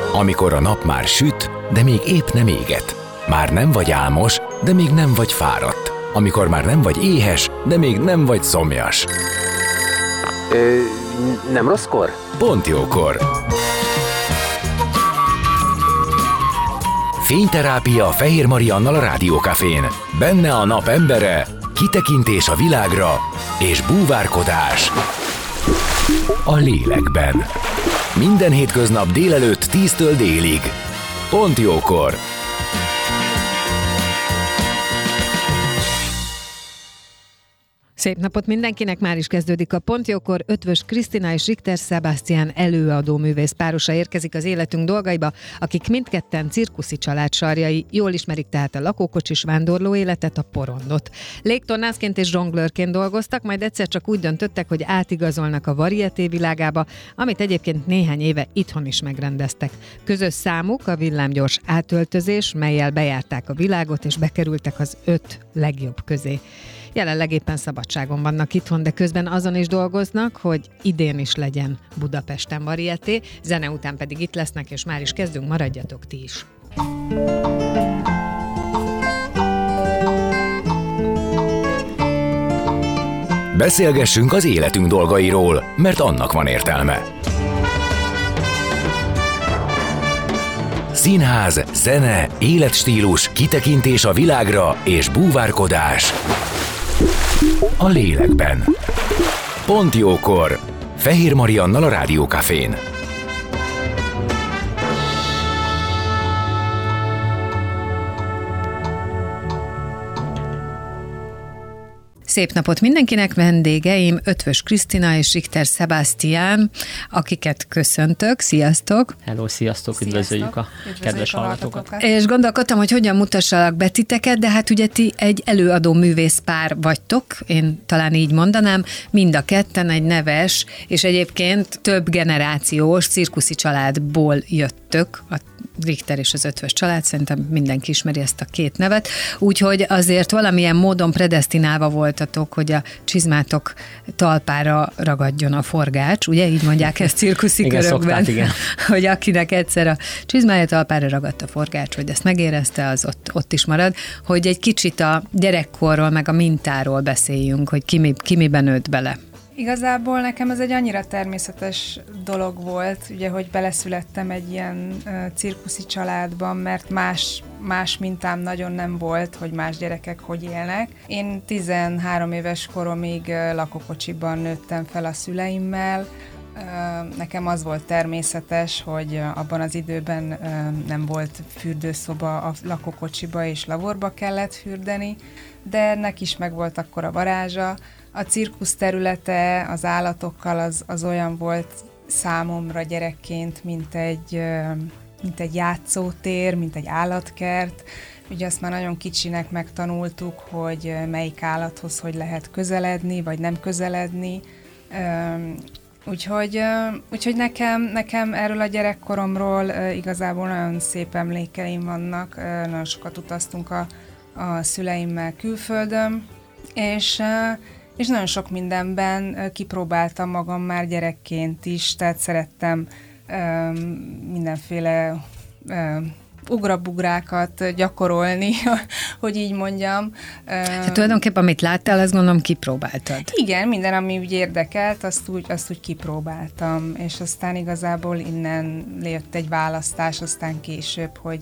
Amikor a nap már süt, de még épp nem éget. Már nem vagy álmos, de még nem vagy fáradt. Amikor már nem vagy éhes, de még nem vagy szomjas. Nem rosszkor? Pont jókor. Fényterápia Fehér Mariannal a Rádiókafén. Benne a nap embere, kitekintés a világra és búvárkodás a lélekben. Minden hétköznap délelőtt 10-től délig. Pont jókor. Szép napot mindenkinek, már is kezdődik a Pont Jókor. Ötvös Krisztina és Richter Sebastian előadó művész párosa érkezik az életünk dolgaiba, akik mindketten cirkuszi család sarjai, jól ismerik tehát a lakókocsis vándorló életet, a porondot. Légtornászként és zsonglőrként dolgoztak, majd egyszer csak úgy döntöttek, hogy átigazolnak a varieté világába, amit egyébként néhány éve itthon is megrendeztek. Közös számuk a villámgyors átöltözés, mellyel bejárták a világot és bekerültek az 5 legjobb közé. Jelenleg éppen szabadságon vannak itthon, de közben azon is dolgoznak, hogy idén is legyen Budapesten varieté, zene után pedig itt lesznek, és már is kezdünk, maradjatok ti is. Beszélgessünk az életünk dolgairól, mert annak van értelme. Színház, zene, életstílus, kitekintés a világra és búvárkodás a lélekben. Pont jókor. Fehér Mariannal a Rádiókafén. Szép napot mindenkinek, vendégeim Ötvös Krisztina és Richter Sebastian, akiket köszöntök. Sziasztok! Hello, sziasztok! Üdvözöljük a kedves hallgatókat! És gondolkodtam, hogy hogyan mutassalak be titeket, de hát ugye ti egy előadó művész pár vagytok, én talán így mondanám, mind a ketten egy neves, és egyébként több generációs cirkuszi családból jöttök, a Richter és az Ötvös család, szerintem mindenki ismeri ezt a két nevet, úgyhogy azért valamilyen módon predesztinálva voltatok, hogy a csizmátok talpára ragadjon a forgács, ugye így mondják ezt cirkuszi igen, körökben, szokták, igen. hogy akinek egyszer a csizmája talpára ragadt a forgács, hogy ezt megérezte, az ott is marad, hogy egy kicsit a gyerekkorról, meg a mintáról beszéljünk, hogy ki miben nőtt bele. Igazából nekem ez egy annyira természetes dolog volt, ugye, hogy beleszülettem egy ilyen cirkuszi családban, mert más mintám nagyon nem volt, hogy más gyerekek hogy élnek. Én 13 éves koromig lakókocsiban nőttem fel a szüleimmel. Nekem az volt természetes, hogy abban az időben nem volt fürdőszoba a lakókocsiba, és laborba kellett fürdeni, de ennek is megvolt akkor a varázsa. A cirkusz területe az állatokkal az olyan volt számomra gyerekként, mint egy játszótér, mint egy állatkert. Ugye azt már nagyon kicsinek megtanultuk, hogy melyik állathoz hogy lehet közeledni, vagy nem közeledni. Úgyhogy nekem erről a gyerekkoromról igazából nagyon szép emlékeim vannak. Nagyon sokat utaztunk a szüleimmel külföldön, és nagyon sok mindenben kipróbáltam magam már gyerekként is, tehát szerettem mindenféle ugrabugrákat gyakorolni, hogy így mondjam. Hát tulajdonképpen, amit láttál, azt gondolom kipróbáltad. Igen, minden, ami úgy érdekelt, azt úgy kipróbáltam, és aztán igazából innen jött egy választás, aztán később, hogy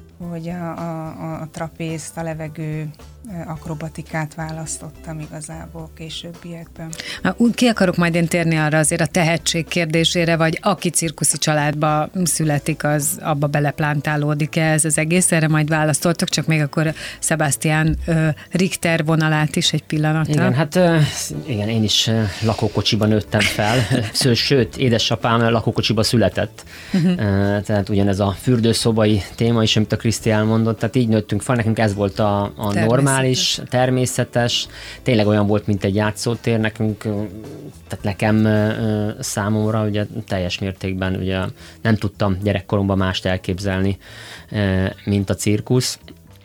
a trapézt, a levegő akrobatikát választottam igazából későbbiekben. Ki akarok majd én térni arra azért a tehetség kérdésére, vagy aki cirkuszi családba születik, az abba beleplántálódik-e ez az egész? Erre majd választoltok, csak még akkor Sebastian Richter vonalát is egy pillanatra. Igen, hát igen, én is lakókocsiban nőttem fel, sőt, édesapám lakókocsiba született. Tehát ugyanez a fürdőszobai téma is, amit a Kriszti elmondott, tehát így nőttünk fel, nekünk ez volt a normális, természetes, tényleg olyan volt, mint egy játszótér nekünk, tehát nekem számomra ugye teljes mértékben ugye nem tudtam gyerekkoromban mást elképzelni, mint a cirkusz.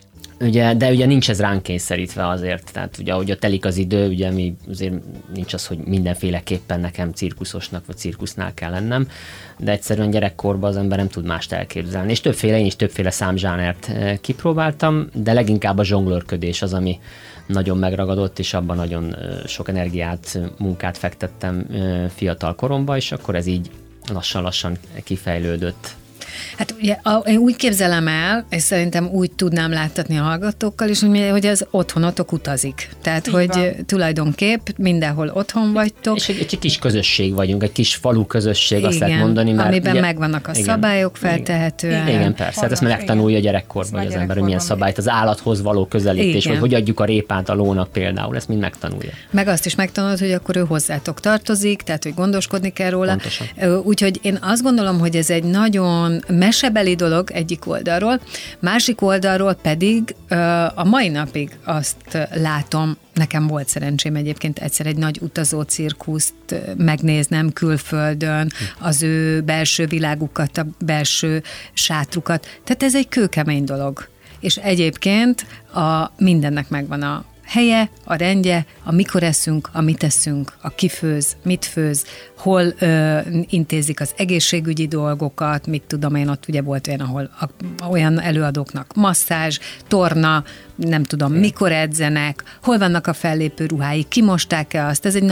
de ugye nincs ez ránk kényszerítve azért, tehát ugye ahogy telik az idő, ugye mi azért nincs az, hogy mindenféleképpen nekem cirkuszosnak vagy cirkusznál kell lennem, de egyszerűen gyerekkorban az ember nem tud mást elképzelni. És én is többféle számzsánert kipróbáltam, de leginkább a zsonglőrködés az, ami nagyon megragadott, és abban nagyon sok energiát, munkát fektettem fiatal koromban, és akkor ez így lassan-lassan kifejlődött. Hát ugye én úgy képzelem el, és szerintem úgy tudnám láttatni a hallgatókkal is, hogy az otthonotok utazik. Tehát, hogy tulajdonképp mindenhol otthon vagytok. És egy kis közösség vagyunk, egy kis falu közösség, azt lehet mondani. Mert amiben ugye, megvannak a szabályok feltehetően. Igen, persze. Hát ezt megtanulja gyerekkorban, hogy az ember, hogy milyen szabályt, az állathoz való közelítés, vagy hogy adjuk a répát a lónak például, ezt mind megtanulja. Meg azt is megtanulod, hogy akkor ő hozzátok tartozik, tehát, hogy gondoskodni kell róla. Pontosan. Úgyhogy én azt gondolom, hogy ez egy nagyon mesebeli dolog egyik oldalról, másik oldalról pedig a mai napig azt látom, nekem volt szerencsém egyébként egyszer egy nagy utazó cirkuszt megnéznem külföldön, az ő belső világukat, a belső sátrukat. Tehát ez egy kőkemény dolog. És egyébként mindennek megvan a helye, a rendje, a mikor eszünk, a mit eszünk, a kifőz, mit főz, hol intézik az egészségügyi dolgokat, mit tudom én, ott ugye volt olyan, ahol olyan előadóknak masszázs, torna, nem tudom, mikor edzenek, hol vannak a fellépő ruháik, kimosták-e azt, ez egy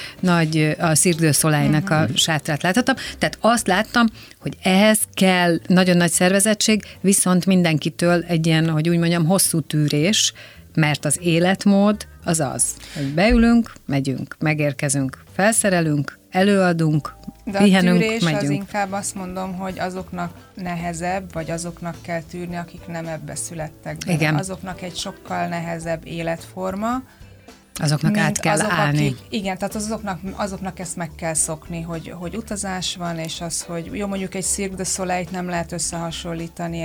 nagy a Cirque du Soleilnek a sátrát láthattam, tehát azt láttam, hogy ehhez kell nagyon nagy szervezettség, viszont mindenkitől egy ilyen, hogy úgy mondjam, hosszú tűrés, mert az életmód az, hogy beülünk, megyünk, megérkezünk, felszerelünk, előadunk, pihenünk, de a tűrés megyünk. Az inkább azt mondom, hogy azoknak nehezebb, vagy azoknak kell tűrni, akik nem ebbe születtek be. Igen. Azoknak egy sokkal nehezebb életforma, Azoknak át kell állni. Igen, tehát azoknak ezt meg kell szokni, hogy utazás van, és az, hogy jó, mondjuk egy Cirque du Soleil-t nem lehet összehasonlítani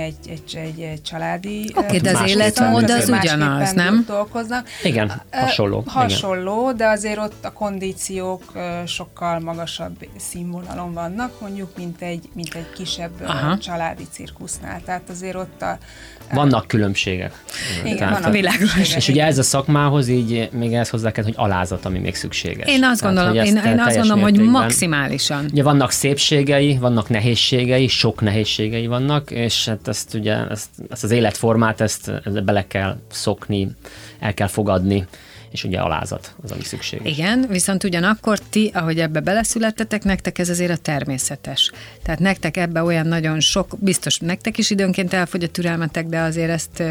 egy családi... Oké, de az életmód az ugyanaz, nem? Dolgoznak. Igen, hasonló. Hasonló, igen. De azért ott a kondíciók sokkal magasabb színvonalon vannak, mondjuk, mint egy kisebb családi cirkusznál. Tehát azért ott vannak különbségek. Igen, vannak világos. És ugye ez a szakmához így még ehhez hozzá kell, hogy alázat, ami még szükséges. Én azt gondolom, én azt gondolom, hogy maximálisan. Ugye vannak szépségei, vannak nehézségei, sok nehézségei vannak, és hát ezt ugye, ezt az életformát, ezt bele kell szokni, el kell fogadni, és ugye alázat az, ami szükséges. Igen, viszont ugyanakkor ti, ahogy ebbe beleszülettetek, nektek ez azért a természetes. Tehát nektek ebbe olyan nagyon sok, biztos nektek is időnként elfogy a türelmetek, de azért ezt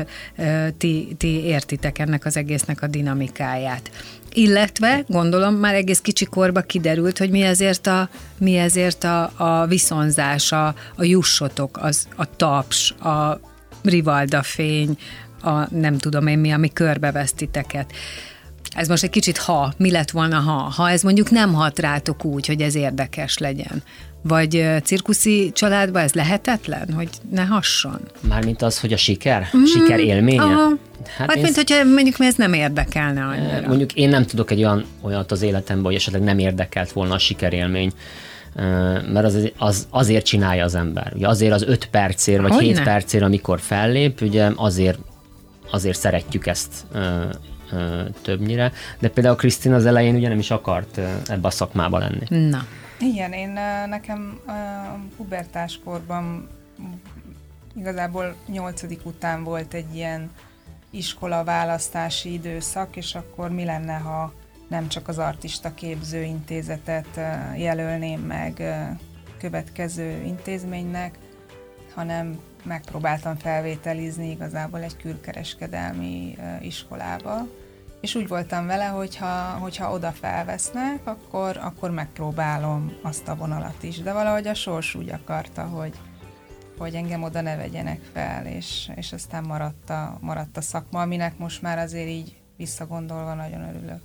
ti értitek ennek az egésznek a dinamikáját. Illetve, gondolom, már egész kicsi korba kiderült, hogy mi ezért a viszonzás, a jussotok, a taps, a rivaldafény, a nem tudom én mi, ami körbevesz titeket. Ez most egy kicsit mi lett volna ha ez mondjuk nem hat rátok úgy, hogy ez érdekes legyen. Vagy cirkuszi családban ez lehetetlen, hogy ne hasson? Mármint az, hogy a siker élménye? Hát mint hogyha mondjuk mi ez nem érdekelne annyira. Mondjuk én nem tudok egy olyat az életemben, hogy esetleg nem érdekelt volna a sikerélmény, mert azért csinálja az ember. Ugye azért az 5 percért, vagy 7 percért, amikor fellép, ugye azért szeretjük ezt többnyire, de például Krisztina az elején ugye nem is akart ebbe a szakmába lenni. Na. Igen, nekem pubertáskorban igazából 8. után volt egy ilyen iskola választási időszak, és akkor mi lenne, ha nem csak az Artista Képző Intézetet jelölném meg következő intézménynek, hanem megpróbáltam felvételizni igazából egy külkereskedelmi iskolába, és úgy voltam vele, hogyha oda felvesznek, akkor megpróbálom azt a vonalat is. De valahogy a sors úgy akarta, hogy engem oda ne vegyenek fel, és aztán maradt a szakma, aminek most már azért így visszagondolva nagyon örülök.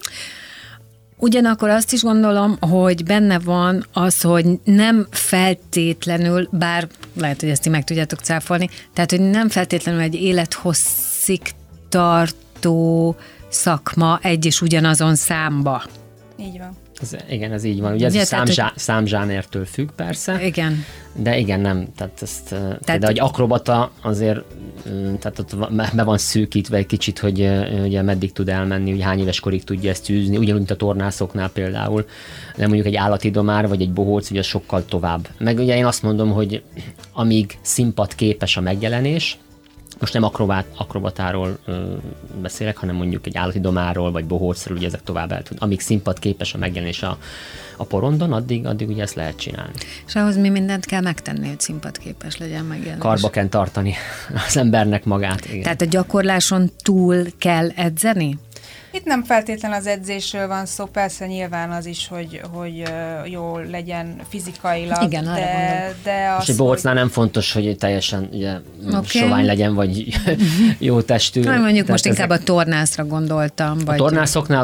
Ugyanakkor azt is gondolom, hogy benne van az, hogy nem feltétlenül, bár lehet, hogy ezt ti meg tudjátok cáfolni, tehát, hogy nem feltétlenül egy élethosszig tartó szakma egy és ugyanazon számba. Így van. Igen, ez így van. Ugye ez számzsánertől függ persze. Igen. De igen, nem. De egy akrobata azért tehát ott be van szűkítve egy kicsit, hogy ugye meddig tud elmenni, hogy hány éves korig tudja ezt űzni, ugyanúgy, mint a tornászoknál például. De mondjuk egy állati domár, vagy egy bohóc, ugye sokkal tovább. Meg ugye én azt mondom, hogy amíg színpad képes a megjelenés, most nem akrobatáról beszélek, hanem mondjuk egy állati domáról, vagy bohócról, ugye ezek tovább el tud. Amíg színpad képes a megjelenés a porondon, addig ugye ezt lehet csinálni. És ahhoz mi mindent kell megtenni, hogy színpad képes legyen megjelenés? Karba kell tartani az embernek magát. Igen. Tehát a gyakorláson túl kell edzeni? Itt nem feltétlen az edzésről van szó, persze nyilván az is, hogy jól legyen fizikailag, igen, de az, és egy bohócnál nem fontos, hogy teljesen ugye, sovány legyen, vagy jó testű. Mondjuk most inkább a tornászra gondoltam. A tornászoknál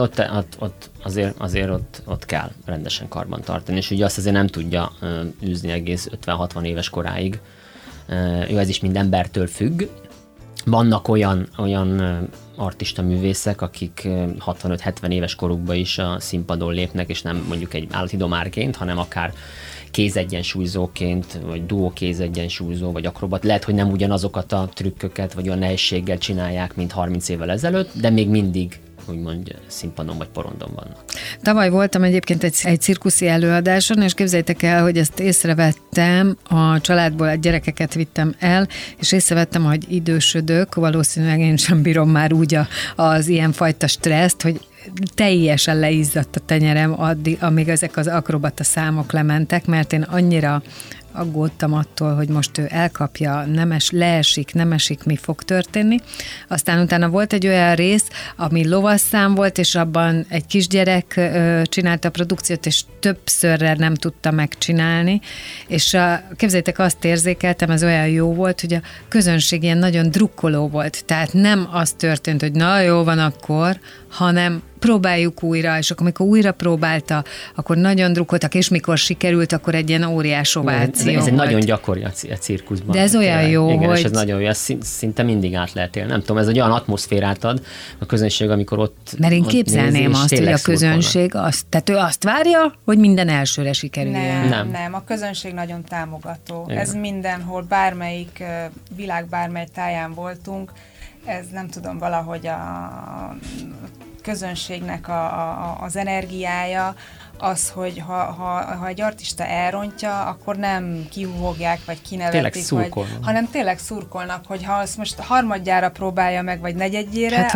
azért ott kell rendesen karban tartani, és ugye azt azért nem tudja űzni egész 50-60 éves koráig. Ez is mind embertől függ. Vannak olyan artista művészek, akik 65-70 éves korukban is a színpadon lépnek, és nem mondjuk egy állati domárként, hanem akár kézegyensúlyzóként, vagy duó kézegyensúlyzó, vagy akrobat. Lehet, hogy nem ugyanazokat a trükköket, vagy olyan nehézséggel csinálják, mint 30 évvel ezelőtt, de még mindig úgymond színpadon vagy porondon vannak. Tavaly voltam egyébként egy cirkuszi előadáson, és képzeljétek el, hogy ezt észrevettem, a családból egy gyerekeket vittem el, és észrevettem, hogy idősödök, valószínűleg én sem bírom már úgy az ilyenfajta stresszt, hogy teljesen leizzadt a tenyerem addig, amíg ezek az akrobata számok lementek, mert én annyira aggódtam attól, hogy most ő elkapja, leesik, nem esik, mi fog történni. Aztán utána volt egy olyan rész, ami lovasszám volt, és abban egy kisgyerek csinálta a produkciót, és többszörre nem tudta megcsinálni, és képzeljétek, azt érzékeltem, ez olyan jó volt, hogy a közönség ilyen nagyon drukkoló volt. Tehát nem az történt, hogy na jó van akkor, hanem próbáljuk újra, és akkor amikor újra próbálta, akkor nagyon drukkoltak, és mikor sikerült, akkor egy ilyen óriás ováció. Ez egy nagyon gyakori a cirkuszban. De ez olyan jó, igen, hogy... és ez nagyon jó, ez szinte mindig át lehet élni. Nem tudom, ez egy olyan atmoszférát ad a közönség, amikor ott... Mert én képzelném nézi, azt, hogy a közönség tehát ő azt várja, hogy minden elsőre sikerüljön. Nem, a közönség nagyon támogató. Igen. Ez mindenhol, bármelyik világ bármely táján voltunk, ez nem tudom, valahogy a közönségnek az energiája, az, hogy ha egy artista elrontja, akkor nem kihúgják, vagy kinevetik, hanem tényleg szurkolnak, hogy ha azt most harmadjára próbálja meg, vagy negyedjére,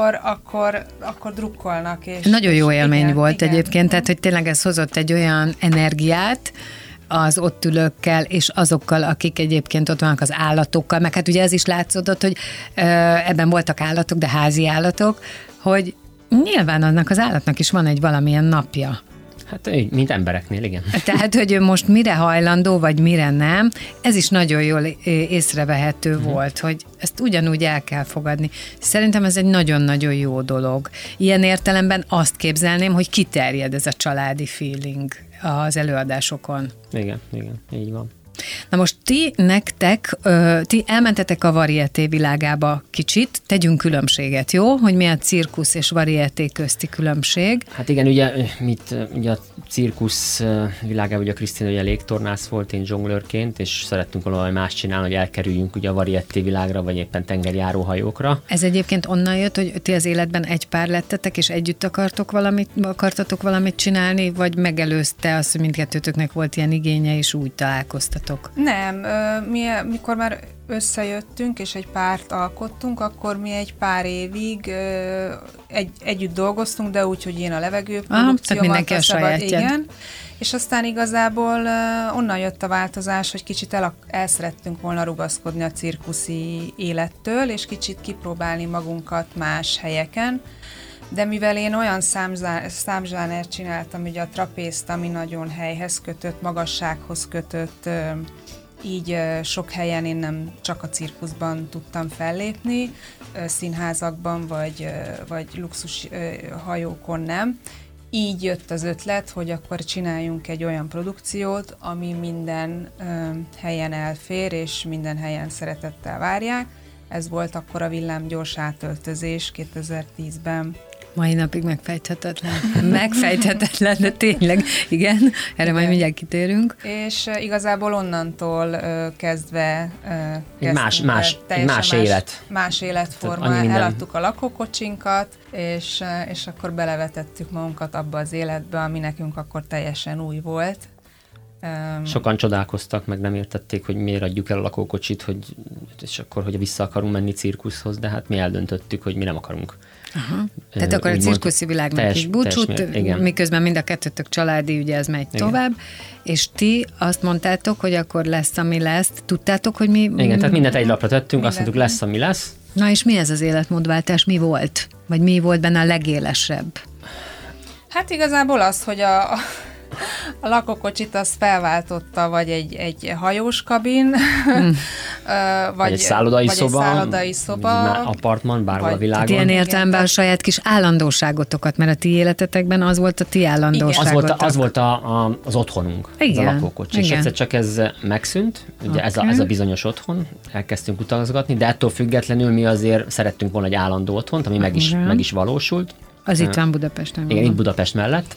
akkor drukkolnak. És, nagyon jó élmény volt egyébként, tehát hogy tényleg ez hozott egy olyan energiát, az ott ülőkkel, és azokkal, akik egyébként ott vannak az állatokkal, meg hát ugye ez is látszódott, hogy ebben voltak állatok, de házi állatok, hogy nyilván annak az állatnak is van egy valamilyen napja. Hát mint embereknél, igen. Tehát, hogy most mire hajlandó, vagy mire nem, ez is nagyon jól észrevehető volt, hogy ezt ugyanúgy el kell fogadni. Szerintem ez egy nagyon-nagyon jó dolog. Ilyen értelemben azt képzelném, hogy kiterjed ez a családi feeling az előadásokon. Igen, így van. Na most ti elmentetek a varieté világába kicsit, tegyünk különbséget, jó? Hogy mi a cirkusz és varieté közti különbség? Hát igen, ugye a cirkusz világában ugye a Krisztina ugye légtornász volt, én zsonglőrként, és szerettünk valami más csinálni, hogy elkerüljünk ugye a varieté világra, vagy éppen tengerjáró hajókra. Ez egyébként onnan jött, hogy ti az életben egy pár lettetek, és együtt akartatok valamit csinálni, vagy megelőzte azt, hogy mindkettőtöknek volt ilyen igénye, és úgy találkoztatok? Nem, mikor már összejöttünk, és egy párt alkottunk, akkor mi egy pár évig együtt dolgoztunk, de úgy, hogy én a levegőprodukciómat, mindenki a sajátját. Igen, és aztán igazából onnan jött a változás, hogy kicsit el szerettünk volna rugaszkodni a cirkuszi élettől, és kicsit kipróbálni magunkat más helyeken, de mivel én olyan számzsánert csináltam, ugye a trapézt, ami nagyon helyhez kötött, magassághoz kötött, így sok helyen én nem csak a cirkuszban tudtam fellépni, színházakban vagy luxus hajókon nem. Így jött az ötlet, hogy akkor csináljunk egy olyan produkciót, ami minden helyen elfér, és minden helyen szeretettel várják. Ez volt akkor a Villámgyors átöltözés 2010-ben. Mai napig megfejthetetlen. Megfejthetetlen, de tényleg, igen, erre majd mindjárt kitérünk. És igazából onnantól kezdve más élet. Más életforma. Eladtuk a lakókocsinkat, és akkor belevetettük magunkat abba az életbe, ami nekünk akkor teljesen új volt. Sokan csodálkoztak, meg nem értették, hogy miért adjuk el a lakókocsit, és akkor, hogy vissza akarunk menni cirkuszhoz, de hát mi eldöntöttük, hogy mi nem akarunk. Aha. Tehát akkor a cirkuszi világnak is búcsút, miközben mind a kettőtök családi, ugye ez megy tovább, és ti azt mondtátok, hogy akkor lesz, ami lesz. Tudtátok, hogy mi... Igen, tehát mindent egy lapra tettünk, azt mondtuk, lesz, ami lesz. Na és mi ez az életmódváltás? Mi volt? Vagy mi volt benne a legélesebb? Hát igazából az, hogy a lakókocsit az felváltotta, vagy egy hajós kabin, vagy egy szállodai szoba, apartman, bárhol a világon. Tehát ilyen értelemben a saját kis állandóságotokat, mert a ti életetekben az volt a ti állandóságotok. Az volt az otthonunk, igen, ez a lakókocsi. És egyszer csak ez megszűnt, ugye ez a bizonyos otthon, elkezdtünk utazgatni, de ettől függetlenül mi azért szerettünk volna egy állandó otthont, ami meg is valósult. Az itt van Budapesten. Igen, itt Budapest mellett.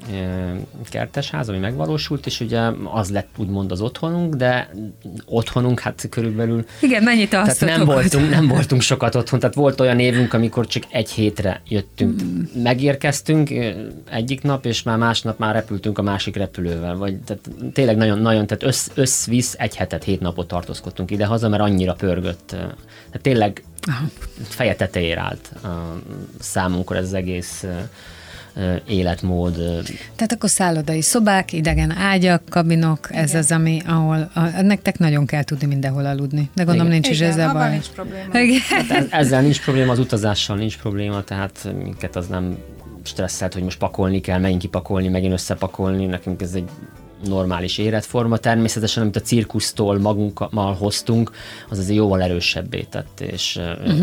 Kertesház, ami megvalósult, és ugye az lett úgymond az otthonunk, de otthonunk hát körülbelül... Igen, mennyit azt nem voltunk sokat otthon, tehát volt olyan évünk, amikor csak egy hétre jöttünk. Megérkeztünk egyik nap, és már másnap már repültünk a másik repülővel, vagy tehát tényleg nagyon, tehát összvisz egy hetet, 7 napot tartózkodtunk ide-haza, mert annyira pörgött. Tehát tényleg feje tetejére állt számunkra ez az egész életmód. Tehát akkor szállodai szobák, idegen ágyak, kabinok, ez igen. Az, ami, ahol nektek nagyon kell tudni mindenhol aludni. De gondolom nincs is ezzel baj. Nincs probléma. Hát ezzel nincs probléma, az utazással nincs probléma, tehát minket az nem stresszelt, hogy most pakolni kell, megint kipakolni, megint összepakolni, nekünk ez egy normális életforma. Természetesen, amit a cirkusztól magunkkal hoztunk, az azért jóval erősebbé tett, és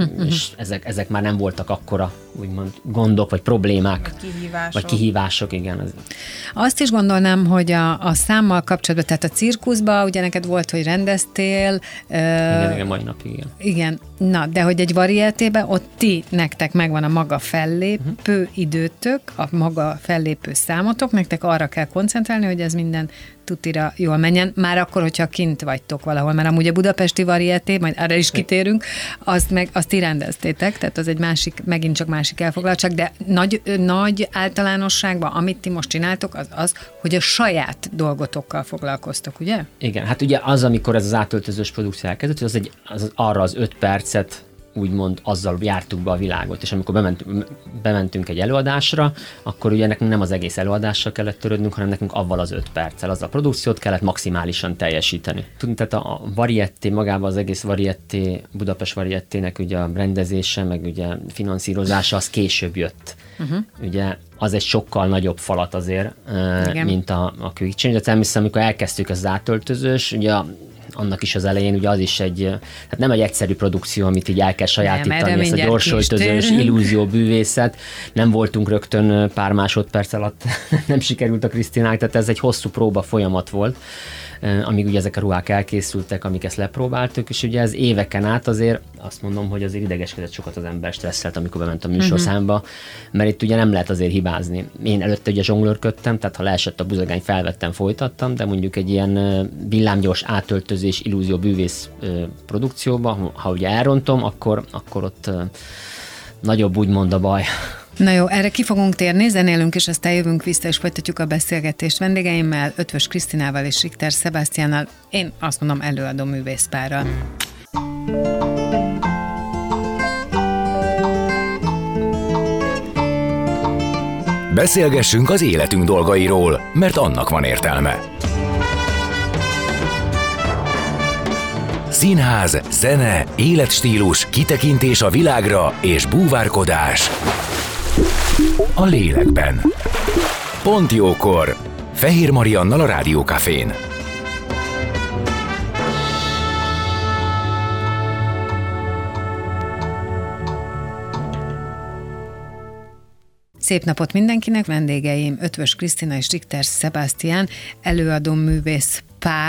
ezek már nem voltak akkora úgymond gondok, vagy problémák, vagy kihívások, igen. Azt is gondolnám, hogy a számmal kapcsolatban, tehát a cirkuszban, ugye neked volt, hogy rendeztél. Igen, mai napig, igen. Igen, na, de hogy egy varietében ott nektek megvan a maga fellépő időtök, a maga fellépő számotok, nektek arra kell koncentrálni, hogy ez minden tutira jól menjen, már akkor, hogyha kint vagytok valahol, mert amúgy a budapesti varieté, majd arra is kitérünk, azt ti rendeztétek, tehát az egy másik, megint csak másik elfoglaltság, de nagy általánosságban, amit ti most csináltok, az, hogy a saját dolgotokkal foglalkoztok, ugye? Igen, hát ugye az, amikor ez az átöltözős produkció elkezdett, az arra az 5 percet úgymond azzal jártuk be a világot, és amikor bementünk egy előadásra, akkor ugye nekünk nem az egész előadással kellett törődnünk, hanem nekünk avval az 5 perccel, az a produkciót kellett maximálisan teljesíteni. Tehát a varieté, magában az egész varieté, Budapest varietének ugye a rendezése, meg ugye finanszírozása, az később jött. Ugye az egy sokkal nagyobb falat azért, mint a Quick Change, de természetesen, amikor elkezdtük az átöltözős, ugye annak is az elején, ugye az is tehát nem egy egyszerű produkció, amit így el kell sajátítani, ez a gyorsöltözős illúzió bűvészet. Nem voltunk rögtön pár másodperc alatt, nem sikerült a Krisztinának, tehát ez egy hosszú próba folyamat volt, amíg ugye ezek a ruhák elkészültek, amik ezt lepróbáltuk, és ugye ez éveken át azért azt mondom, hogy azért idegeskedett sokat az ember, stresszelt, amikor bement a műsorszámba, mert itt ugye nem lehet azért hibázni. Én előtte ugye zsonglőrködtem, tehát ha leesett a buzogány, felvettem, folytattam, de mondjuk egy ilyen villámgyors átöltözés, illúzió bűvész produkcióba, ha ugye elrontom, akkor ott nagyobb úgymond a baj. Na jó, erre ki fogunk térni, zenélünk, és aztán jövünk vissza, és folytatjuk a beszélgetést vendégeimmel, Ötvös Krisztinával és Richter Sebastiánnal. Én azt mondom, előadó művészpárral. Beszélgessünk az életünk dolgairól, mert annak van értelme. Színház, zene, életstílus, kitekintés a világra és búvárkodás a lélekben. Pont jókor! Fehér Mariannal a Rádió Cafén. Szép napot mindenkinek, vendégeim Ötvös Krisztina és Richter Sebastián, előadó művész pár,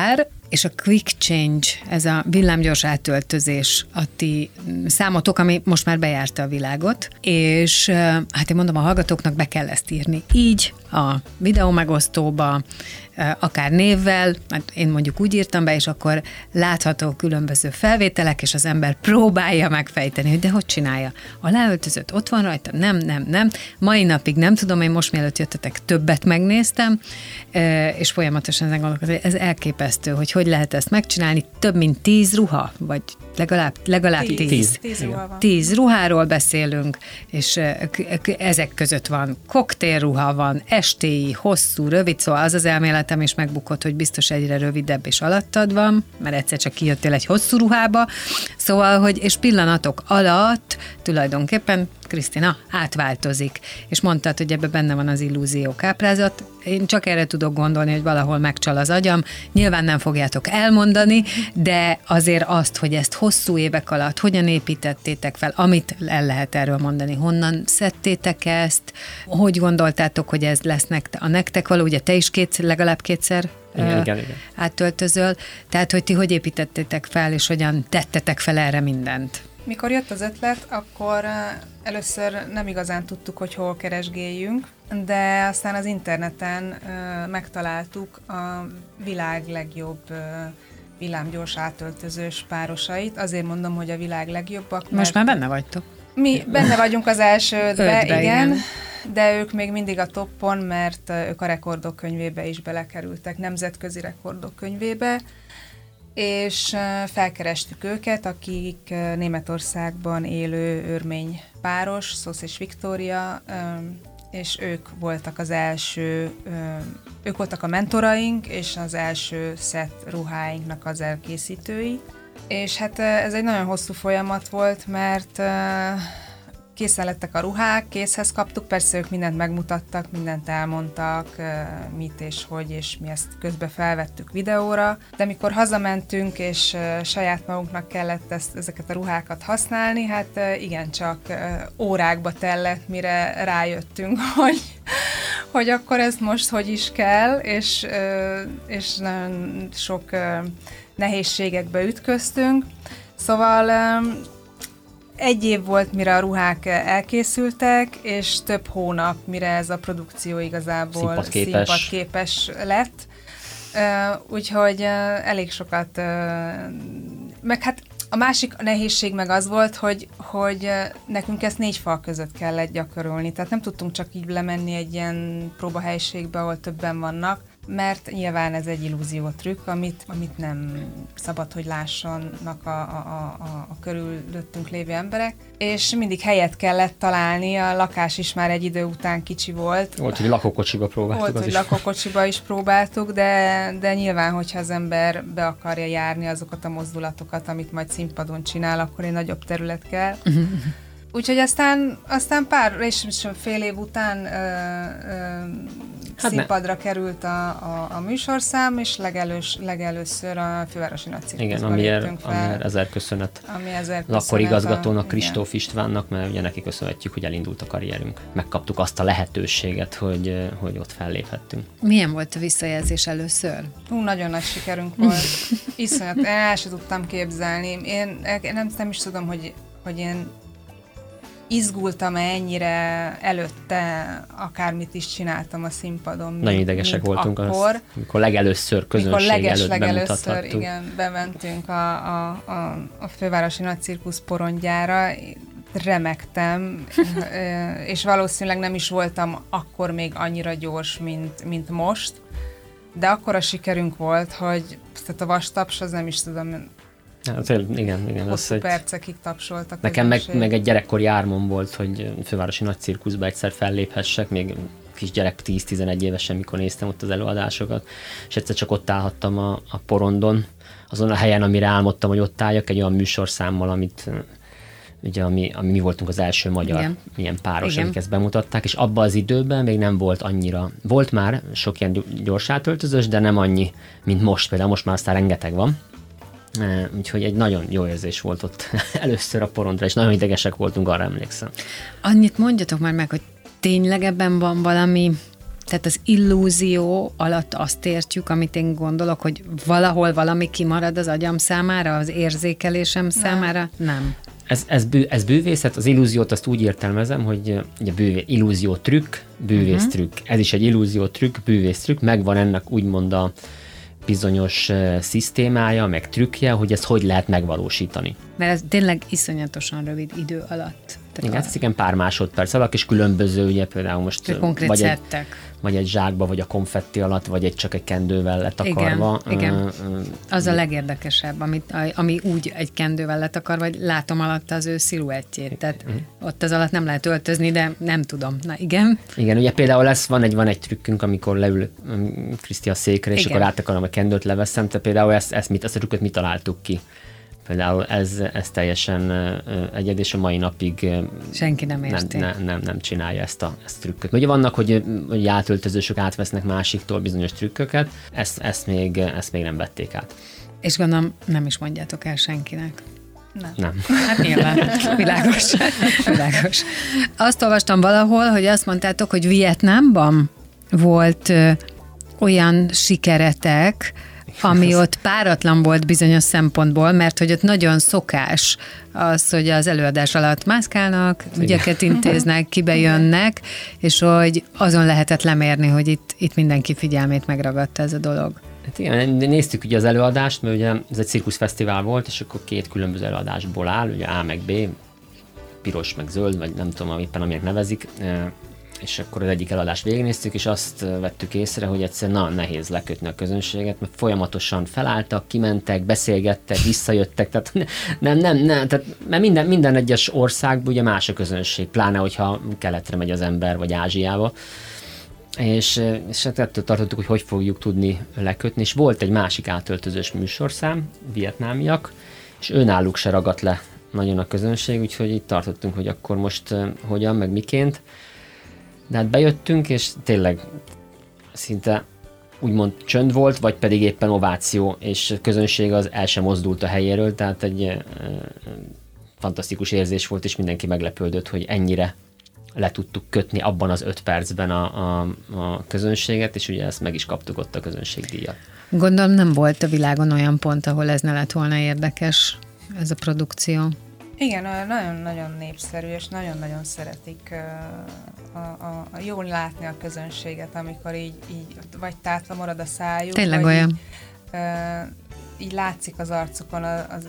És a quick change, ez a villámgyors átöltözés a ti számotok, ami most már bejárta a világot, és hát én mondom, a hallgatóknak be kell ezt írni. Így a videó megosztóba, akár névvel, hát én mondjuk úgy írtam be, és akkor látható különböző felvételek, és az ember próbálja megfejteni, hogy de hogy csinálja. Aláöltözött, ott van rajta? Nem. Mai napig nem tudom, én most mielőtt jöttetek, többet megnéztem, és folyamatosan ezen gondolkodom, hogy ez elképesztő, hogy lehet ezt megcsinálni. Több mint 10 ruha, vagy legalább 10. 10 ruháról beszélünk, és ezek között van koktélruha, van estéi, hosszú, rövid, szóval az elméletem is megbukott, hogy biztos egyre rövidebb és alattad van, mert egyszer csak kijöttél egy hosszú ruhába, szóval, hogy és pillanatok alatt tulajdonképpen Krisztina átváltozik, és mondtad, hogy ebben benne van az illúzió káprázat. Én csak erre tudok gondolni, hogy valahol megcsal az agyam. Nyilván nem fogjátok elmondani, de azért azt, hogy ezt hosszú évek alatt hogyan építettétek fel, amit el lehet erről mondani, honnan szedtétek ezt, hogy gondoltátok, hogy ez lesz nektek való, ugye te is legalább kétszer igen. áttöltözöl, tehát hogy ti hogy építettétek fel, és hogyan tettetek fel erre mindent? Mikor jött az ötlet, akkor először nem igazán tudtuk, hogy hol keresgéljünk, de aztán az interneten megtaláltuk a világ legjobb villámgyors átöltözős párosait. Azért mondom, hogy a világ legjobbak. Most már benne vagytok. Mi benne vagyunk az első ötbe, igen, de ők még mindig a toppon, mert ők a rekordok könyvébe is belekerültek, nemzetközi rekordok könyvébe, és felkerestük őket, akik Németországban élő örmény páros, Szósz és Viktória, és ők voltak az első, ők voltak a mentoraink, és az első szett ruháinknak az elkészítői. És hát ez egy nagyon hosszú folyamat volt, mert készen lettek a ruhák, készhez kaptuk, persze ők mindent megmutattak, mindent elmondtak, mit és hogy, és mi ezt közben felvettük videóra, de mikor hazamentünk, és saját magunknak kellett ezeket a ruhákat használni, hát igencsak órákba tellett, mire rájöttünk, hogy akkor ezt most hogy is kell, és nagyon sok nehézségekbe ütköztünk. Szóval egy év volt, mire a ruhák elkészültek, és több hónap, mire ez a produkció igazából színpadképes lett. Úgyhogy elég sokat, meg hát a másik nehézség meg az volt, hogy nekünk ezt 4 fal között kellett gyakorolni, tehát nem tudtunk csak így lemenni egy ilyen próbahelyiségbe, ahol többen vannak, mert nyilván ez egy illúziótrükk, amit nem szabad, hogy lássanak a körülöttünk lévő emberek, és mindig helyet kellett találni, a lakás is már egy idő után kicsi volt. Volt, hogy lakókocsiba próbáltuk. Volt, hogy lakókocsiba is próbáltuk, de nyilván, hogyha az ember be akarja járni azokat a mozdulatokat, amit majd színpadon csinál, akkor egy nagyobb terület kell. Úgyhogy aztán pár és fél év után színpadra került a műsorszám, és legelőször a Fővárosi Nagycirkuszban léptünk fel. Amiért ezért köszönet akkor igazgatónak, Kristóf Istvánnak, mert ugye neki köszönhetjük, hogy elindult a karrierünk. Megkaptuk azt a lehetőséget, hogy ott felléphettünk. Milyen volt a visszajelzés először? Nagyon nagy sikerünk volt. Iszonyat, én el sem tudtam képzelni. Én nem is tudom, hogy én izgultam ennyire előtte, akármit is csináltam a színpadon. Nagyon idegesek voltunk akkor. Amikor legelőször közönség előtt bemutathattuk. Igen, bementünk a Fővárosi Nagycirkusz porondjára, remegtem, és valószínűleg nem is voltam akkor még annyira gyors, mint most, de akkora sikerünk volt, hogy tehát a vastaps, az nem is tudom, igen. Hosszú percekig tapsoltak. Nekem meg egy gyerekkori álmom volt, hogy Fővárosi Nagycirkuszba egyszer felléphessek, még kisgyerek 10-11 évesen, mikor néztem ott az előadásokat, és egyszer csak ott állhattam a porondon, azon a helyen, amire álmodtam, hogy ott álljak, egy olyan műsorszámmal, amit ugye mi voltunk az első magyar ilyen páros, akik ezt bemutatták, és abban az időben még nem volt annyira, volt már sok ilyen gyors átöltözős, de nem annyi, mint most, például most már aztán rengeteg van. Úgyhogy egy nagyon jó érzés volt ott először a porondra, és nagyon idegesek voltunk, arra emlékszem. Annyit mondjatok már meg, hogy tényleg ebben van valami Tehát az illúzió alatt azt értjük, amit én gondolok, hogy valahol valami kimarad az agyam számára, az érzékelésem számára? Nem. Ez bűvészet, az illúziót azt úgy értelmezem, hogy ugye illúzió trükk, bűvész trükk. Ez is egy illúzió trükk, bűvész trükk, megvan ennek úgymond a bizonyos szisztémája, meg trükkje, hogy ezt hogy lehet megvalósítani. Mert ez tényleg iszonyatosan rövid idő alatt. Igen, ez igen pár másodperc alatt, és különböző, ugye például most vagy egy zsákba, vagy a konfetti alatt, vagy csak egy kendővel letakarva. Igen. Az a legérdekesebb, ami úgy egy kendővel letakar, vagy látom alatt az ő sziluettjét. Tehát ott az alatt nem lehet öltözni, de nem tudom. Na igen. Igen, ugye például van egy trükkünk, amikor leül Kriszti a székre, és akkor átakarom a kendőt, leveszem, tehát például ezt a trükköt mi találtuk ki. Például ez teljesen egyed, és a mai napig senki nem érti. Nem csinálja ezt a trükköt. Ugye vannak, hogy átöltözősök átvesznek másiktól bizonyos trükköket, ezt még nem vették át. És gondolom, nem is mondjátok el senkinek. Nem. Hát nyilván, világos. Azt olvastam valahol, hogy azt mondtátok, hogy Vietnámban volt olyan sikeretek, ami ott páratlan volt bizonyos szempontból, mert hogy ott nagyon szokás az, hogy az előadás alatt mászkálnak, ügyeket intéznek, kibejönnek, és hogy azon lehetett lemérni, hogy itt mindenki figyelmét megragadta ez a dolog. Hát igen, néztük ugye az előadást, mert ugye ez egy cirkuszfesztivál volt, és akkor 2 különböző előadásból áll, ugye A meg B, piros meg zöld, vagy nem tudom éppen, aminek nevezik, és akkor az egyik eladást végignéztük, és azt vettük észre, hogy egyszerűen nehéz lekötni a közönséget, mert folyamatosan felálltak, kimentek, beszélgettek, visszajöttek, tehát tehát, mert minden egyes országban ugye más a közönség, pláne, hogyha keletre megy az ember, vagy Ázsiába, és ettől tartottuk, hogy fogjuk tudni lekötni, és volt egy másik átöltözős műsorszám, vietnámiak, és önálluk se ragadt le nagyon a közönség, úgyhogy itt tartottunk, hogy akkor most hogyan, meg miként. De hát bejöttünk, és tényleg szinte úgymond csönd volt, vagy pedig éppen ováció, és a közönség az el sem mozdult a helyéről, tehát egy fantasztikus érzés volt, és mindenki meglepődött, hogy ennyire le tudtuk kötni abban az 5 percben a közönséget, és ugye ezt meg is kaptuk ott a közönségdíjat. Gondolom nem volt a világon olyan pont, ahol ez ne lett volna érdekes, ez a produkció. Igen, nagyon-nagyon népszerű, és nagyon-nagyon szeretik jól látni a közönséget, amikor így vagy tátva marad a szájuk. Tényleg olyan. Így látszik az arcukon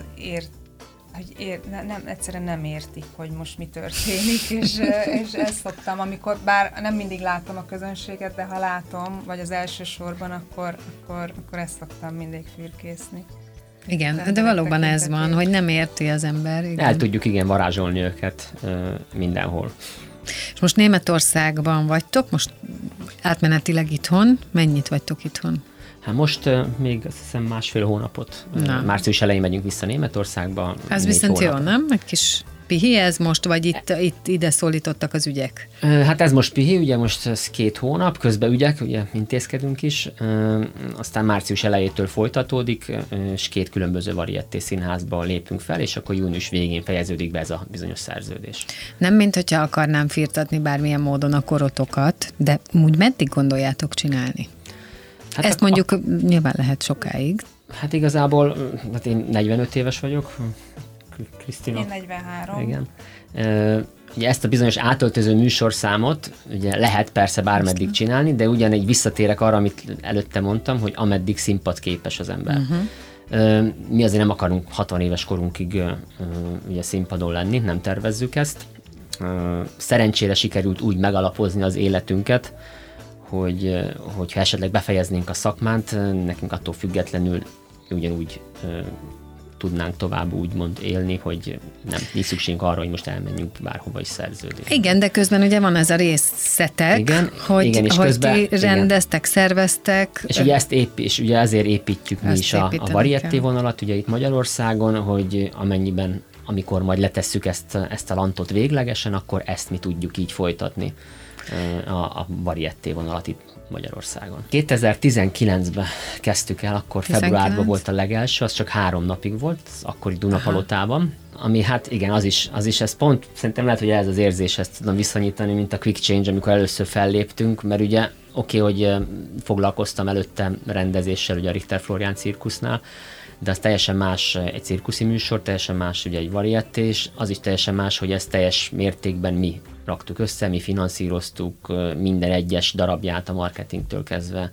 hogy egyszerűen nem értik, hogy most mi történik, és ezt szoktam, amikor, bár nem mindig látom a közönséget, de ha látom, vagy az első sorban, akkor ezt szoktam mindig fürkészni. Igen, de valóban ez van, hogy nem érti az ember. Igen. El tudjuk varázsolni őket mindenhol. És most Németországban vagytok, most átmenetileg itthon. Mennyit vagytok itthon? Hát most még azt hiszem 1,5 hónapot. Március elején megyünk vissza Németországba. Ez viszont jó, nem? Egy kis pihi ez most, vagy itt ide szólítottak az ügyek? Hát ez most pihi, ugye most ez 2 hónap, közben ügyek, ugye intézkedünk is, aztán március elejétől folytatódik, és 2 különböző Varieté színházba lépünk fel, és akkor június végén fejeződik be ez a bizonyos szerződés. Nem, mint hogyha akarnám firtatni bármilyen módon a korotokat, de úgy meddig gondoljátok csinálni? Hát ezt mondjuk nyilván lehet sokáig. Hát igazából, hát én 45 éves vagyok, Krisztina. Én 43. Igen. Ugye ezt a bizonyos átöltöző műsorszámot ugye lehet persze bármeddig csinálni, de ugyanígy visszatérek arra, amit előtte mondtam, hogy ameddig színpadképes az ember. Mi azért nem akarunk 60 éves korunkig ugye színpadon lenni, nem tervezzük ezt. Szerencsére sikerült úgy megalapozni az életünket, hogyha esetleg befejeznénk a szakmát, nekünk attól függetlenül ugyanúgy tudnánk tovább úgymond élni, hogy nem nincs szükségünk arra, hogy most elmenjünk bárhova is szerződni. Igen, de közben ugye van ez a részszetek, hogy ti rendeztek, szerveztek. És ugye ezért építjük mi is a Varieté vonalat, ugye itt Magyarországon, hogy amikor majd letesszük ezt a lantot véglegesen, akkor ezt mi tudjuk így folytatni. A Varieté vonalat itt Magyarországon. 2019-ben kezdtük el, akkor februárban volt a legelső, az csak 3 napig volt, az akkori Dunapalotában, ami hát igen, az is ez pont, szerintem lehet, hogy ez az érzés, ezt tudom viszonyítani, mint a Quick Change, amikor először felléptünk, mert ugye oké, hogy foglalkoztam előtte rendezéssel ugye a Richter Florián cirkusznál, de az teljesen más egy cirkuszi műsor, teljesen más ugye egy varietté, és az is teljesen más, hogy ezt teljes mértékben mi raktuk össze, mi finanszíroztuk minden egyes darabját a marketingtől kezdve.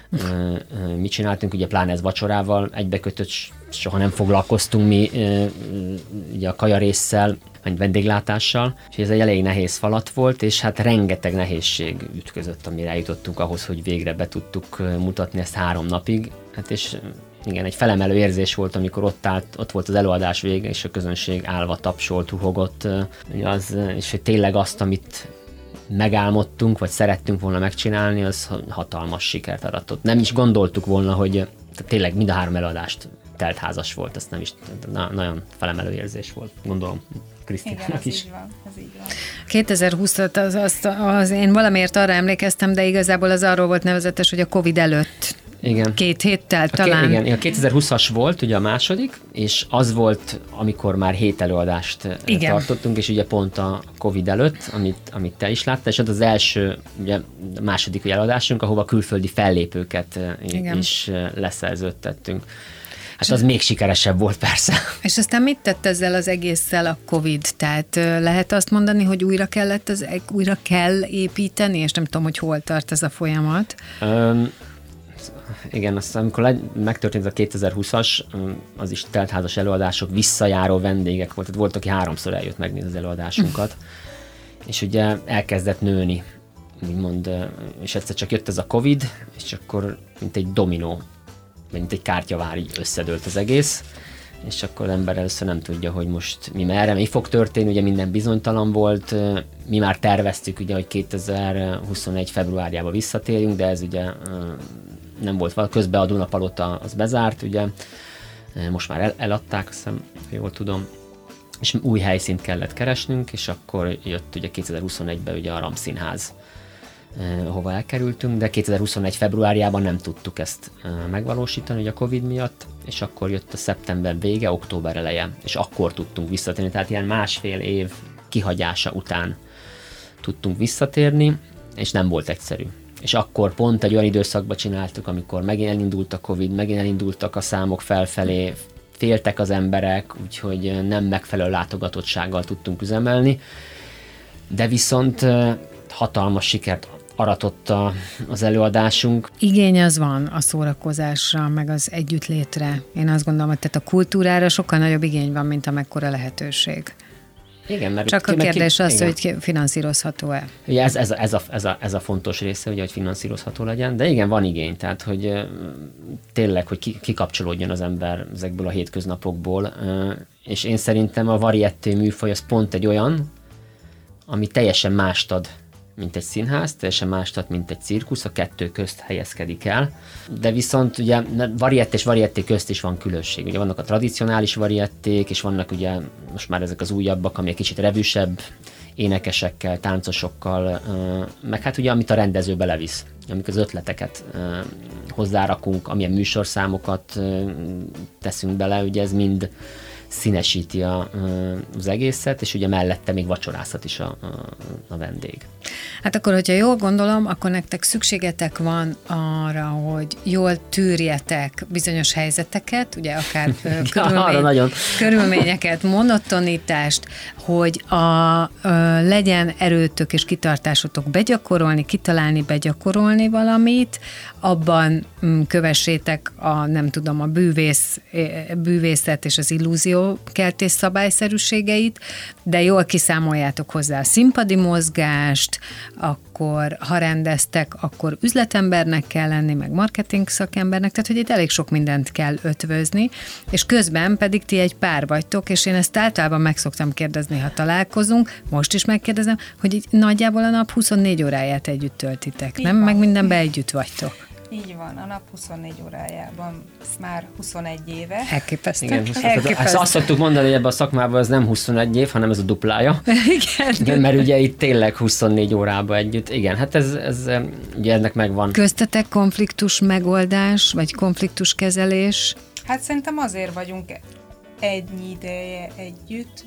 Mit csináltunk, ugye pláne ez vacsorával egybekötött, soha nem foglalkoztunk mi ugye a kajarésszel, vagy vendéglátással, és ez egy elég nehéz falat volt, és hát rengeteg nehézség ütközött, amire eljutottunk ahhoz, hogy végre be tudtuk mutatni ezt 3 napig. Hát és igen, egy felemelő érzés volt, amikor ott volt az előadás vége, és a közönség állva tapsolt, tuhogott, és hogy tényleg azt, amit megálmodtunk, vagy szerettünk volna megcsinálni, az hatalmas sikert aratott. Nem is gondoltuk volna, hogy tényleg mind a 3 előadást teltházas volt, ez nem is, nagyon felemelő érzés volt, gondolom. Krisztinának is. Így van, ez így van. 2020-at az én valamiért arra emlékeztem, de igazából az arról volt nevezetes, hogy a Covid előtt. Igen. 2 héttel talán. Igen, a 2020-as volt ugye a második, és az volt, amikor már 7 előadást tartottunk, és ugye pont a Covid előtt, amit te is láttál, és az első, ugye a második előadásunk, ahova külföldi fellépőket is leszerződtettünk. Hát az még sikeresebb volt persze. És aztán mit tett ezzel az egésszel a Covid? Tehát lehet azt mondani, hogy újra kell építeni, és nem tudom, hogy hol tart ez a folyamat? Igen, aztán amikor megtörtént a 2020-as, az is teltházas előadások, visszajáró vendégek volt, tehát volt, aki 3-szor eljött megnézni az előadásunkat, és ugye elkezdett nőni, úgymond, és egyszer csak jött ez a Covid, és akkor mint egy dominó, vagy mint egy kártyavár így összedőlt az egész, és akkor az ember először nem tudja, hogy most mi fog történni, ugye minden bizonytalan volt, mi már terveztük, ugye, hogy 2021 februárjában visszatérjünk, de ez ugye nem volt, közben a Dunapalota az bezárt, ugye, most már eladták, azt hiszem, jól tudom, és új helyszínt kellett keresnünk, és akkor jött ugye 2021-ben ugye a Ramszínház, hova elkerültünk, de 2021 februárjában nem tudtuk ezt megvalósítani ugye a Covid miatt, és akkor jött a szeptember vége, október eleje, és akkor tudtunk visszatérni, tehát ilyen 1,5 év kihagyása után tudtunk visszatérni, és nem volt egyszerű. És akkor pont egy olyan időszakban csináltuk, amikor megint elindult a Covid, megint elindultak a számok felfelé, féltek az emberek, úgyhogy nem megfelelő látogatottsággal tudtunk üzemelni, de viszont hatalmas sikert aratott az előadásunk. Igény az van a szórakozásra, meg az együttlétre. Én azt gondolom, hogy tehát a kultúrára sokkal nagyobb igény van, mint amekkora lehetőség. Igen, mert csak a kérdés az, hogy finanszírozható-e. Ugye ez a fontos része, ugye, hogy finanszírozható legyen, de igen, van igény, tehát hogy tényleg, hogy kikapcsolódjon az ember ezekből a hétköznapokból, és én szerintem a varietté műfaj az pont egy olyan, ami teljesen mást ad, mint egy színház, teljesen mást ad, mint egy cirkusz, a kettő közt helyezkedik el, de viszont ugye varietté és varietté közt is van különbség. Ugye vannak a tradicionális variették, és vannak ugye most már ezek az újabbak, ami egy kicsit revűsebb, énekesekkel, táncosokkal, meg hát ugye amit a rendező belevisz, amikor az ötleteket hozzárakunk, amilyen műsorszámokat teszünk bele, ugye ez mind színesíti az egészet, és ugye mellette még vacsorázhat is a vendég. Hát akkor, hogyha jól gondolom, akkor nektek szükségetek van arra, hogy jól tűrjetek bizonyos helyzeteket, ugye akár körülményeket, monotonitást, hogy legyen erőtök és kitartásotok begyakorolni valamit, abban kövessétek a bűvészet és az illúziókeltés szabályszerűségeit, de jól kiszámoljátok hozzá a színpadi mozgást, akkor ha rendeztek, akkor üzletembernek kell lenni, meg marketing szakembernek, tehát hogy itt elég sok mindent kell ötvözni, és közben pedig ti egy pár vagytok, és én ezt általában meg szoktam kérdezni, ha találkozunk, most is megkérdezem, hogy így nagyjából a nap 24 óráját együtt töltitek, nem? Meg mindenben együtt vagytok. Így van, a nap 24 órájában már 21 éve. Elképesztő. Igen, azt szoktuk mondani, hogy ebben a szakmában ez nem 21 év, hanem ez a duplája. Igen. Mert ugye itt tényleg 24 órában együtt. Igen, hát ez ugye ennek megvan. Köztetek konfliktus megoldás, vagy konfliktus kezelés? Hát szerintem azért vagyunk ennyi ideje együtt,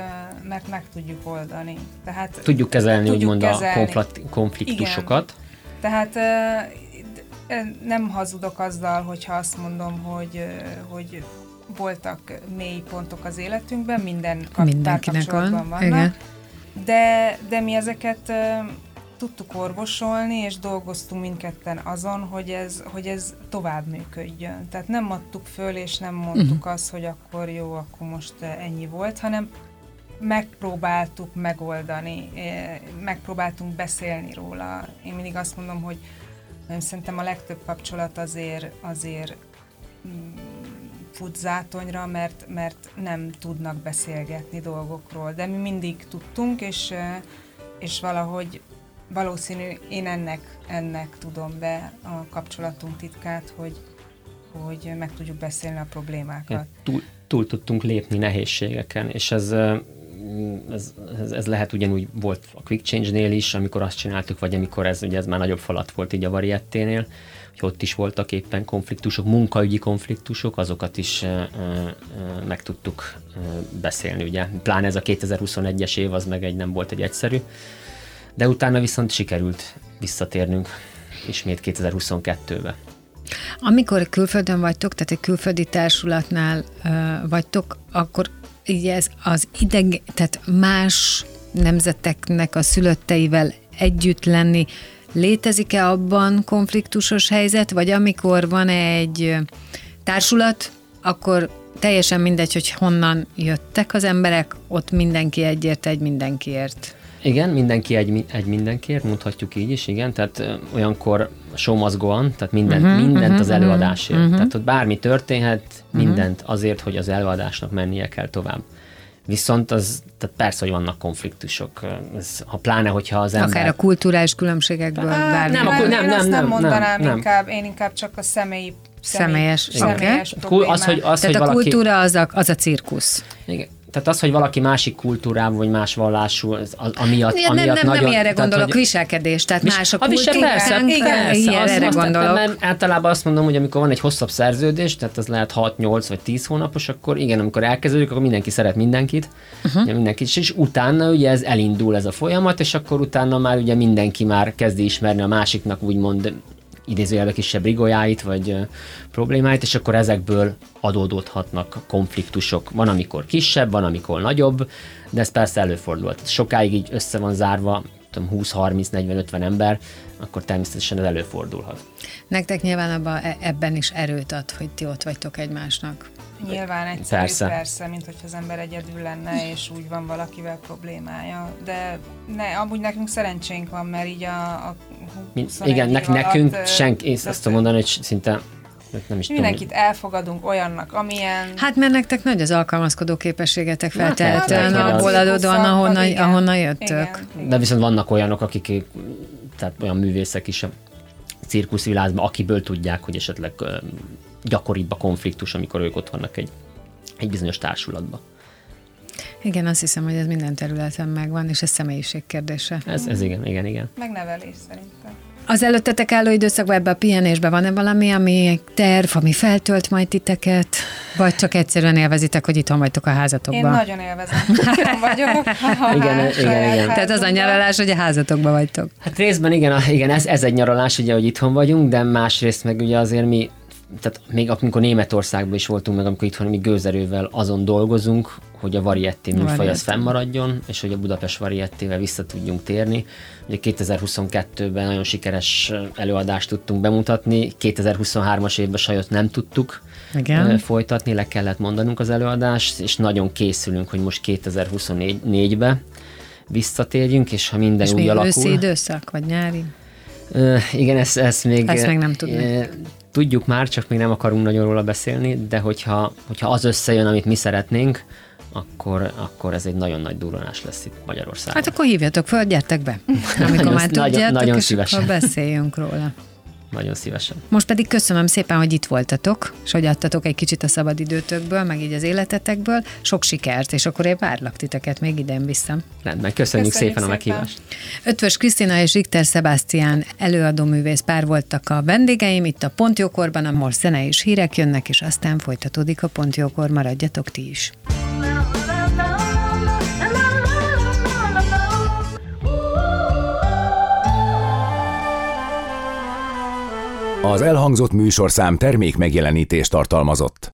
mert meg tudjuk oldani. Tehát tudjuk kezelni úgymond a konfliktusokat. Tehát nem hazudok azzal, hogyha azt mondom, hogy voltak mély pontok az életünkben, minden párkapcsolatban vannak, igen. De mi ezeket tudtuk orvosolni, és dolgoztunk mindketten azon, hogy ez tovább működjön. Tehát nem adtuk föl, és nem mondtuk azt, hogy akkor jó, akkor most ennyi volt, hanem megpróbáltuk megoldani, megpróbáltunk beszélni róla. Én mindig azt mondom, hogy szerintem a legtöbb kapcsolat azért fut zátonyra, mert nem tudnak beszélgetni dolgokról. De mi mindig tudtunk, és valahogy valószínű én ennek tudom be a kapcsolatunk titkát, hogy meg tudjuk beszélni a problémákat. Túl tudtunk lépni nehézségeken, és ez lehet ugyanúgy volt a Quick Change-nél is, amikor azt csináltuk, vagy amikor ez már nagyobb falat volt így a Varietténél, hogy ott is voltak éppen konfliktusok, munkaügyi konfliktusok, azokat is meg tudtuk beszélni, ugye. Pláne ez a 2021-es év, az meg nem volt egy egyszerű, de utána viszont sikerült visszatérnünk ismét 2022-be. Amikor külföldön vagytok, tehát egy külföldi társulatnál vagytok, akkor így ez az tehát más nemzeteknek a szülötteivel együtt lenni, létezik-e abban konfliktusos helyzet, vagy amikor van egy társulat, akkor teljesen mindegy, hogy honnan jöttek az emberek, ott mindenki egyért, egy mindenkiért. Igen, mindenki egy mindenkiért, mondhatjuk így is, igen, tehát olyankor show must go on, tehát mindent az előadásért. Tehát ott bármi történhet, mindent azért, hogy az előadásnak mennie kell tovább. Viszont tehát persze, hogy vannak konfliktusok, pláne, hogyha az ember... Akár a kulturális különbségekből bármi. Nem mondanám, inkább, én inkább csak a személyes problémák. Tehát a kultúra az a cirkusz. Igen. Tehát az, hogy valaki másik kultúrában, vagy más vallású, amiatt nem nagyon... Nem erre gondolok, viselkedés, tehát más a kultúránk, erre gondolok. Mert általában azt mondom, hogy amikor van egy hosszabb szerződés, tehát az lehet 6, 8 vagy 10 hónapos, akkor igen, amikor elkezdődik, akkor mindenki szeret mindenkit, és utána ugye ez elindul ez a folyamat, és akkor utána már ugye mindenki már kezdi ismerni a másiknak úgymond idézőjelben kisebb rigójáit, vagy problémáit, és akkor ezekből adódhatnak konfliktusok. Van, amikor kisebb, van, amikor nagyobb, de ez persze előfordulhat. Sokáig így össze van zárva, 20, 30, 40, 50 ember, akkor természetesen ez előfordulhat. Nektek nyilván ebben is erőt ad, hogy ti ott vagytok egymásnak. Nyilván egyszerű, persze, mint hogyha az ember egyedül lenne, és úgy van valakivel problémája. De amúgy nekünk szerencsénk van, mert így a 21 igen, nekünk senki, azt tudom mondani, hogy szinte nem is mindenkit tudom. elfogadunk olyannak, amilyen... Hát mert nektek nagy az alkalmazkodó képességetek feltehetően abból adódóan, ahonnan jöttök. Igen. De viszont vannak olyanok, akik, tehát olyan művészek is a cirkuszvilágban, akiből tudják, hogy esetleg gyakoribb a konfliktus, amikor ők ott vannak egy bizonyos társulatban. Igen, azt hiszem, hogy ez minden területen megvan, és ez személyiség kérdése. Ez igen. Megnevelés szerintem. Az előttetek álló időszakban ebben a pihenésben van-e valami, ami terv, ami feltölt majd titeket, vagy csak egyszerűen élvezitek, hogy itthon vagytok a házatokban? Én nagyon élvezem, itthon vagyok. Igen. Tehát az a nyaralás, hogy a házatokban vagytok. Hát részben igen, ez egy nyaralás, ugye, hogy itthon vagyunk, de másrészt meg ugye azért mi, tehát még amikor Németországban is voltunk, meg amikor itthon mi gőzerővel azon dolgozunk, hogy a Varietté műfaj az fennmaradjon, és hogy a Budapest Variettével vissza tudjunk térni. Ugye 2022-ben nagyon sikeres előadást tudtunk bemutatni, 2023-as évben sajnos nem tudtuk folytatni, le kellett mondanunk az előadást, és nagyon készülünk, hogy most 2024-be visszatérjünk, és ha minden úgy alakul... És őszi időszak, vagy nyári? Igen, ezt még nem tudni. Tudjuk már, csak még nem akarunk nagyon róla beszélni, de hogyha az összejön, amit mi szeretnénk, akkor ez egy nagyon nagy durranás lesz itt Magyarországon. Hát akkor hívjatok föl, gyertek be, amikor már tudjátok, nagyon és szívesen. akkor beszéljünk róla. Nagyon szívesen. Most pedig köszönöm szépen, hogy itt voltatok, és hogy adtatok egy kicsit a szabadidőtökből, meg így az életetekből. Sok sikert, és akkor én várlak titeket még idén vissza. Rendben, köszönjük szépen a meghívást. Eötvös Krisztina és Richter Sebastian előadóművész pár voltak a vendégeim, itt a Pont Jókorban, a most zene és hírek jönnek, és aztán folytatódik a Pont Jókor, maradjatok ti is. Az elhangzott műsorszám termék megjelenítést tartalmazott.